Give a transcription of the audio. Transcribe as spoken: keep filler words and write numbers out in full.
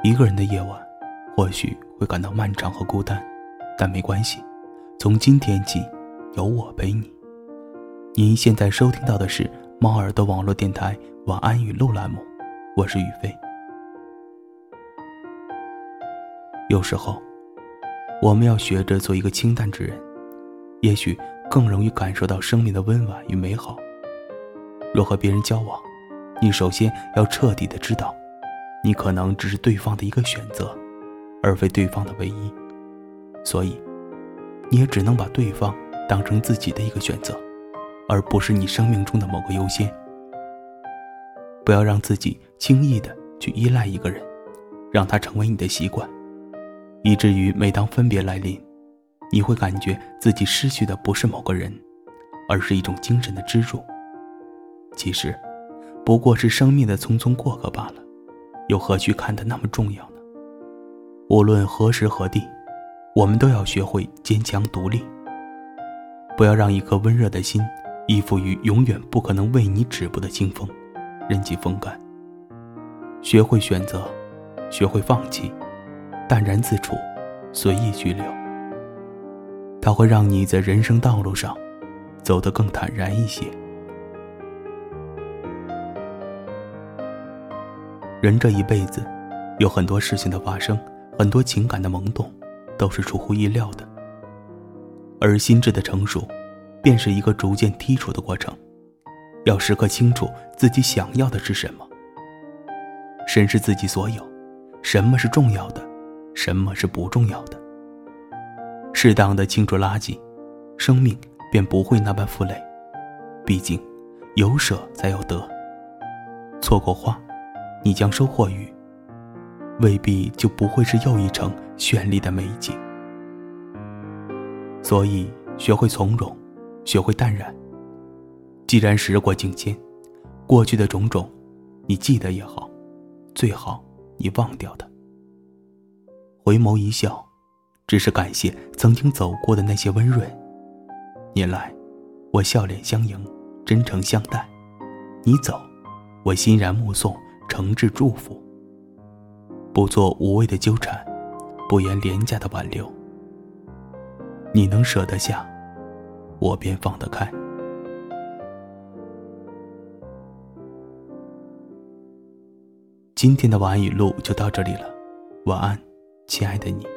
一个人的夜晚或许会感到漫长和孤单，但没关系，从今天起有我陪你。您现在收听到的是猫耳朵网络电台晚安语录栏目，我是宇飞。有时候我们要学着做一个清淡之人，也许更容易感受到生命的温婉与美好。若和别人交往，你首先要彻底的知道，你可能只是对方的一个选择，而非对方的唯一，所以你也只能把对方当成自己的一个选择，而不是你生命中的某个优先。不要让自己轻易的去依赖一个人，让他成为你的习惯，以至于每当分别来临，你会感觉自己失去的不是某个人，而是一种精神的支柱。其实不过是生命的匆匆过客罢了，又何须看得那么重要呢？无论何时何地，我们都要学会坚强独立，不要让一颗温热的心依附于永远不可能为你止步的清风，任其风干。学会选择，学会放弃，淡然自处，随意去留，它会让你在人生道路上走得更坦然一些。人这一辈子有很多事情的发生，很多情感的萌动，都是出乎意料的。而心智的成熟便是一个逐渐剔除的过程，要时刻清楚自己想要的是什么，审视自己所有，什么是重要的，什么是不重要的。适当的清除垃圾，生命便不会那般负累。毕竟有舍才有得，错过花，你将收获雨，未必就不会是又一程绚丽的美景。所以学会从容，学会淡然。既然时过境迁，过去的种种你记得也好，最好你忘掉它。回眸一笑，只是感谢曾经走过的那些温润。你来，我笑脸相迎，真诚相待；你走，我欣然目送，诚挚祝福。不做无谓的纠缠，不言廉价的挽留。你能舍得下，我便放得开。今天的晚安语录就到这里了，晚安，亲爱的你。